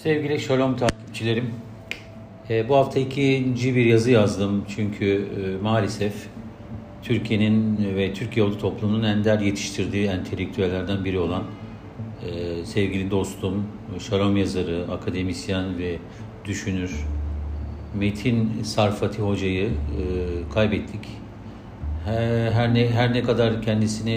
Sevgili Shalom takipçilerim, bu hafta ikinci bir yazı yazdım çünkü maalesef Türkiye'nin ve Türkiye toplumunun ender yetiştirdiği entelektüellerden biri olan sevgili dostum, Shalom yazarı, akademisyen ve düşünür Metin Sarfati Hoca'yı kaybettik. Her ne kadar kendisini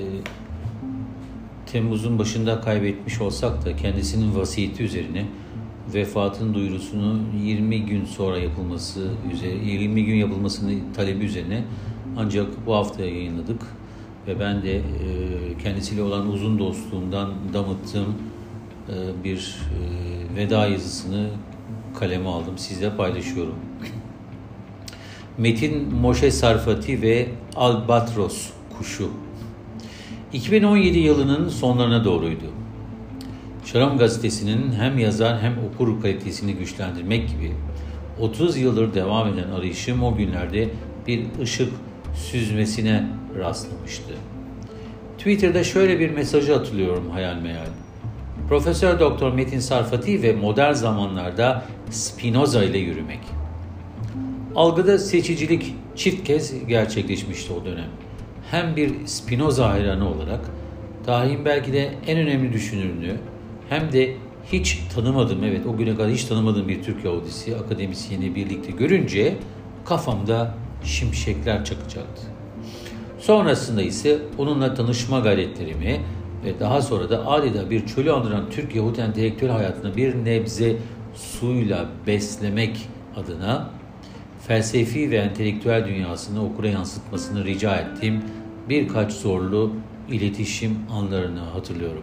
Temmuz'un başında kaybetmiş olsak da kendisinin vasiyeti üzerine vefatın duyurusunu 20 gün yapılmasını talebi üzerine ancak bu hafta yayınladık ve ben de kendisiyle olan uzun dostluğumdan damıttığım bir veda yazısını kaleme aldım. Sizle paylaşıyorum. Metin Moshe Sarfati ve Albatros Kuşu. 2017 yılının sonlarına doğruydu. Shalom gazetesinin hem yazar hem okur kalitesini güçlendirmek gibi 30 yıldır devam eden arayışım o günlerde bir ışık süzmesine rastlamıştı. Twitter'da şöyle bir mesajı hatırlıyorum hayal meyal. Profesör Doktor Metin Sarfati ve modern zamanlarda Spinoza ile yürümek. Algıda seçicilik çift kez gerçekleşmişti o dönem. Hem bir Spinoza hayranı olarak tarihin belki de en önemli düşünürünü hem de o güne kadar hiç tanımadığım bir Türk Yahudisi akademisyeni birlikte görünce kafamda şimşekler çakacaktı. Sonrasında ise onunla tanışma gayretlerimi ve daha sonra da adeta bir çölü andıran Türk Yahudi entelektüel hayatını bir nebze suyla beslemek adına felsefi ve entelektüel dünyasını okura yansıtmasını rica ettiğim birkaç zorlu iletişim anlarını hatırlıyorum.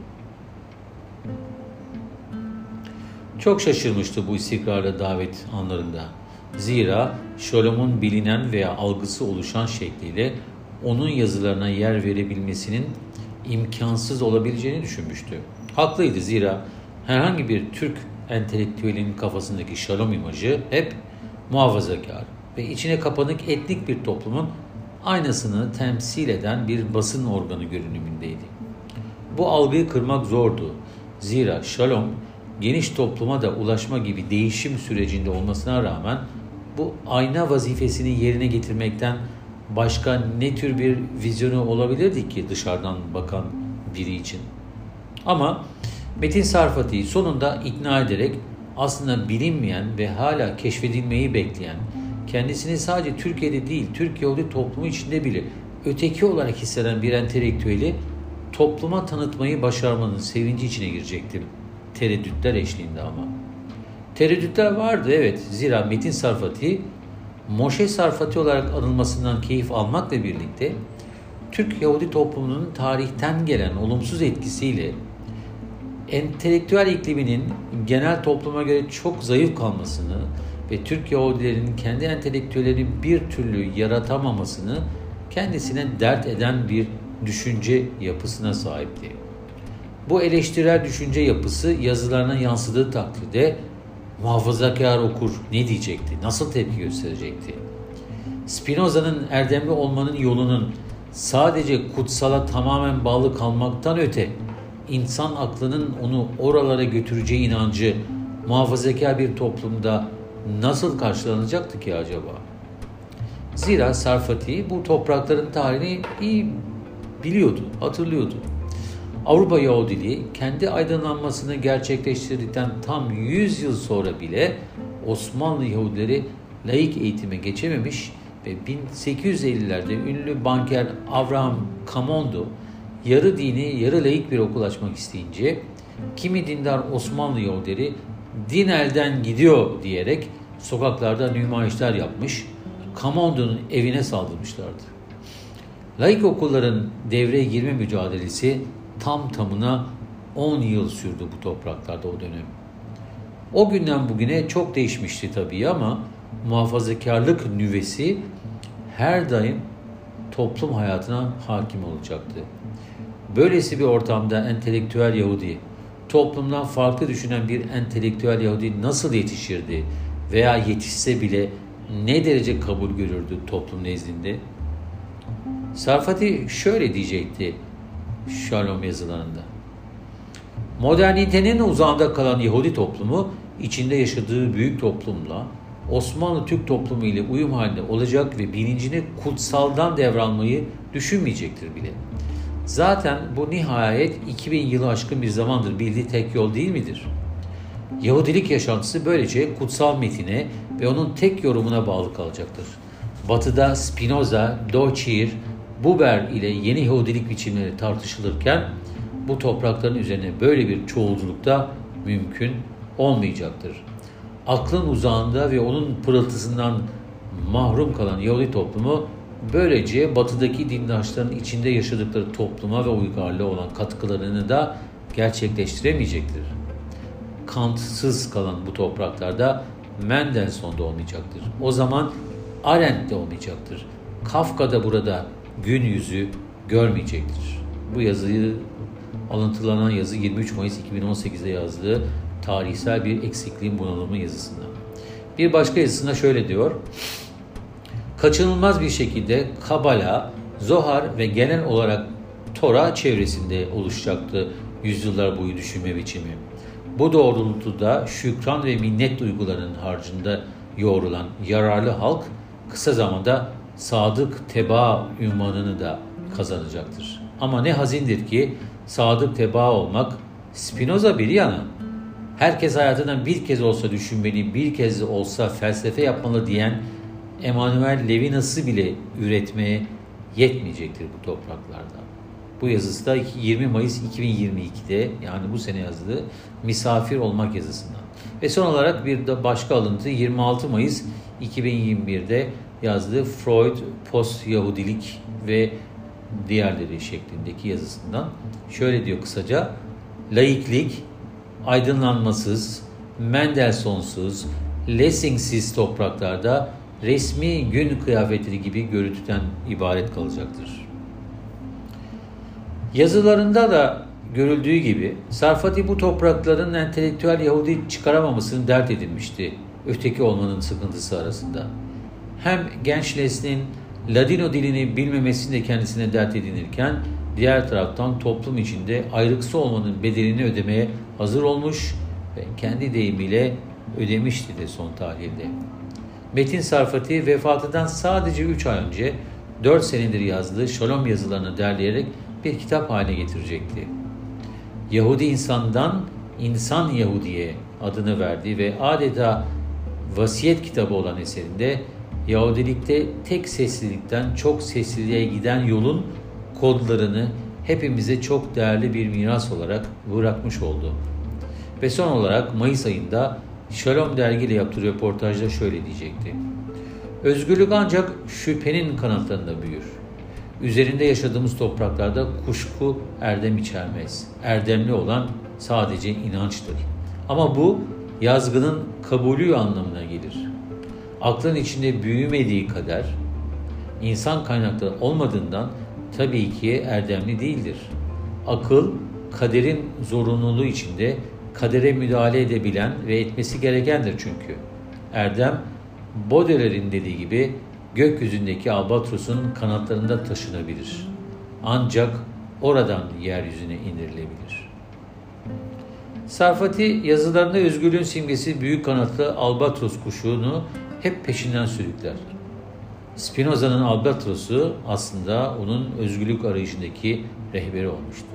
Çok şaşırmıştı bu istikrarlı davet anlarında. Zira Shalom'un bilinen veya algısı oluşan şekliyle onun yazılarına yer verebilmesinin imkansız olabileceğini düşünmüştü. Haklıydı, zira herhangi bir Türk entelektüelin kafasındaki Shalom imajı hep muhafazakar ve içine kapanık etnik bir toplumun aynasını temsil eden bir basın organı görünümündeydi. Bu algıyı kırmak zordu. Zira Shalom, geniş topluma da ulaşma gibi değişim sürecinde olmasına rağmen bu ayna vazifesini yerine getirmekten başka ne tür bir vizyonu olabilirdi ki dışarıdan bakan biri için? Ama Metin Sarfati'yi sonunda ikna ederek aslında bilinmeyen ve hala keşfedilmeyi bekleyen, kendisini sadece Türkiye'de değil, Türk Yahudi toplumu içinde bile öteki olarak hisseden bir entelektüeli topluma tanıtmayı başarmanın sevinci içine girecektim. Tereddütler eşliğinde ama. Tereddütler vardı, evet. Zira Metin Sarfati, Moshe Sarfati olarak anılmasından keyif almakla birlikte Türk Yahudi toplumunun tarihten gelen olumsuz etkisiyle entelektüel ikliminin genel topluma göre çok zayıf kalmasını ve Türk Yahudilerinin kendi entelektüellerini bir türlü yaratamamasını kendisine dert eden bir düşünce yapısına sahipti. Bu eleştirel düşünce yapısı yazılarına yansıdığı takdirde muhafazakar okur ne diyecekti, nasıl tepki gösterecekti? Spinoza'nın erdemli olmanın yolunun sadece kutsala tamamen bağlı kalmaktan öte, insan aklının onu oralara götüreceği inancı muhafazakar bir toplumda nasıl karşılanacaktı ki acaba? Zira Sarfati bu toprakların tarihini iyi biliyordu, hatırlıyordu. Avrupa Yahudiliği kendi aydınlanmasını gerçekleştirdikten tam 100 yıl sonra bile Osmanlı Yahudileri laik eğitime geçememiş ve 1850'lerde ünlü banker Avraham Kamondo yarı dini, yarı laik bir okul açmak isteyince kimi dindar Osmanlı Yahudileri din elden gidiyor diyerek sokaklarda nümayişler yapmış, Kamondo'nun evine saldırmışlardı. Laik okulların devreye girme mücadelesi tam tamına 10 yıl sürdü bu topraklarda o dönem. O günden bugüne çok değişmişti tabii ama muhafazakarlık nüvesi her daim toplum hayatına hakim olacaktı. Böylesi bir ortamda entelektüel Yahudi, toplumdan farklı düşünen bir entelektüel Yahudi nasıl yetişirdi veya yetişse bile ne derece kabul görürdü toplum nezdinde? Sarfati şöyle diyecekti Shalom yazılarında. Modernitenin uzağında kalan Yahudi toplumu içinde yaşadığı büyük toplumla Osmanlı Türk toplumu ile uyum halinde olacak ve bilincini kutsaldan devralmayı düşünmeyecektir bile. Zaten bu nihayet 2000 yılı aşkın bir zamandır bildiği tek yol değil midir? Yahudilik yaşantısı böylece kutsal metine ve onun tek yorumuna bağlı kalacaktır. Batı'da Spinoza, Dötcher, Buber ile yeni Yahudilik biçimleri tartışılırken bu toprakların üzerine böyle bir çoğulculukta mümkün olmayacaktır. Aklın uzağında ve onun pırıltısından mahrum kalan Yahudi toplumu böylece batıdaki dindaşların içinde yaşadıkları topluma ve uygarlığa olan katkılarını da gerçekleştiremeyecektir. Kant'sız kalan bu topraklarda Mendelssohn da olmayacaktır. O zaman Arendt de olmayacaktır. Kafka da burada gün yüzü görmeyecektir. Bu yazıyı alıntılanan yazı 23 Mayıs 2018'de yazdığı tarihsel bir eksikliğin bunalımı yazısında. Bir başka yazısında şöyle diyor. Kaçınılmaz bir şekilde Kabala, Zohar ve genel olarak Tora çevresinde oluşacaktı yüzyıllar boyu düşünme biçimi. Bu doğrultuda şükran ve minnet duygularının harcında yoğrulan yararlı halk kısa zamanda sadık tebaa ünvanını da kazanacaktır. Ama ne hazindir ki sadık tebaa olmak Spinoza bir yana herkes hayatından bir kez olsa düşünmeli, bir kez olsa felsefe yapmalı diyen Emmanuel Levinas'ı bile üretmeye yetmeyecektir bu topraklarda. Bu yazısı da 20 Mayıs 2022'de yani bu sene yazdığı Misafir Olmak yazısından. Ve son olarak bir de başka alıntı 26 Mayıs 2021'de yazdığı Freud, Post-Yahudilik ve diğerleri şeklindeki yazısından. Şöyle diyor kısaca, laiklik, aydınlanmasız, Mendelssohn'suz, Lessing'siz topraklarda resmi gün kıyafetleri gibi görüntüden ibaret kalacaktır. Yazılarında da görüldüğü gibi Sarfati bu toprakların entelektüel Yahudi çıkaramamasını dert edinmişti öteki olmanın sıkıntısı arasında. Hem genç neslin Ladino dilini bilmemesini de kendisine dert edinirken diğer taraftan toplum içinde ayrıksı olmanın bedelini ödemeye hazır olmuş ve kendi deyimiyle ödemişti de son tahlilde. Metin Sarfati vefatından sadece 3 ay önce 4 senedir yazdığı Şalom yazılarını derleyerek bir kitap haline getirecekti. Yahudi insandan insan Yahudi'ye adını verdiği ve adeta vasiyet kitabı olan eserinde Yahudilikte tek seslilikten çok sesliliğe giden yolun kodlarını hepimize çok değerli bir miras olarak bırakmış oldu. Ve son olarak Mayıs ayında Şalom dergiyle yaptığı röportajda şöyle diyecekti. Özgürlük ancak şüphenin kanatlarında büyür. Üzerinde yaşadığımız topraklarda kuşku erdem içermez. Erdemli olan sadece inançtır. Ama bu yazgının kabulü anlamına gelir. Aklın içinde büyümediği kader, insan kaynakları olmadığından tabii ki erdemli değildir. Akıl, kaderin zorunluluğu içinde kadere müdahale edebilen ve etmesi gerekendir çünkü. Erdem, Baudelaire'in dediği gibi gökyüzündeki albatrosun kanatlarında taşınabilir. Ancak oradan yeryüzüne indirilebilir. Sarfati yazılarında özgürlüğün simgesi büyük kanatlı albatros kuşunu hep peşinden sürükler. Spinoza'nın albatrosu aslında onun özgürlük arayışındaki rehberi olmuştu.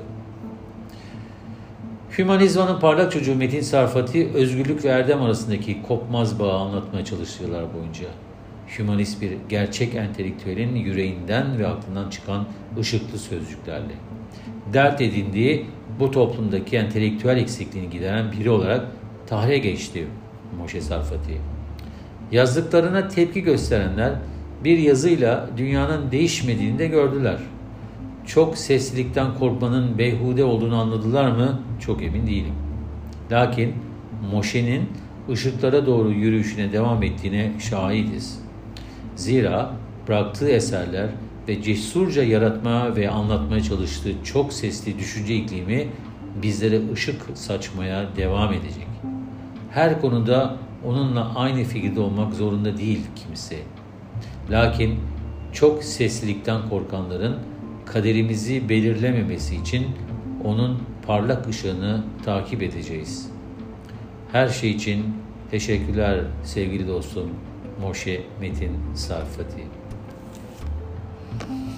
Hümanizmanın parlak çocuğu Metin Sarfati, özgürlük ve erdem arasındaki kopmaz bağı anlatmaya çalıştığı yıllar boyunca. Hümanist bir gerçek entelektüelin yüreğinden ve aklından çıkan ışıklı sözcüklerle. Dert edindiği bu toplumdaki entelektüel eksikliğini gideren biri olarak tarihe geçti Moshe Sarfati. Yazdıklarına tepki gösterenler bir yazıyla dünyanın değişmediğini de gördüler. Çok seslilikten korkmanın beyhude olduğunu anladılar mı? Çok emin değilim. Lakin Moshe'nin ışıklara doğru yürüyüşüne devam ettiğine şahidiz. Zira bıraktığı eserler ve cesurca yaratmaya ve anlatmaya çalıştığı çok sesli düşünce iklimi bizlere ışık saçmaya devam edecek. Her konuda onunla aynı fikirde olmak zorunda değil kimse. Lakin çok seslilikten korkanların kaderimizi belirlememesi için onun parlak ışığını takip edeceğiz. Her şey için teşekkürler sevgili dostum Moshe Metin Sarfati.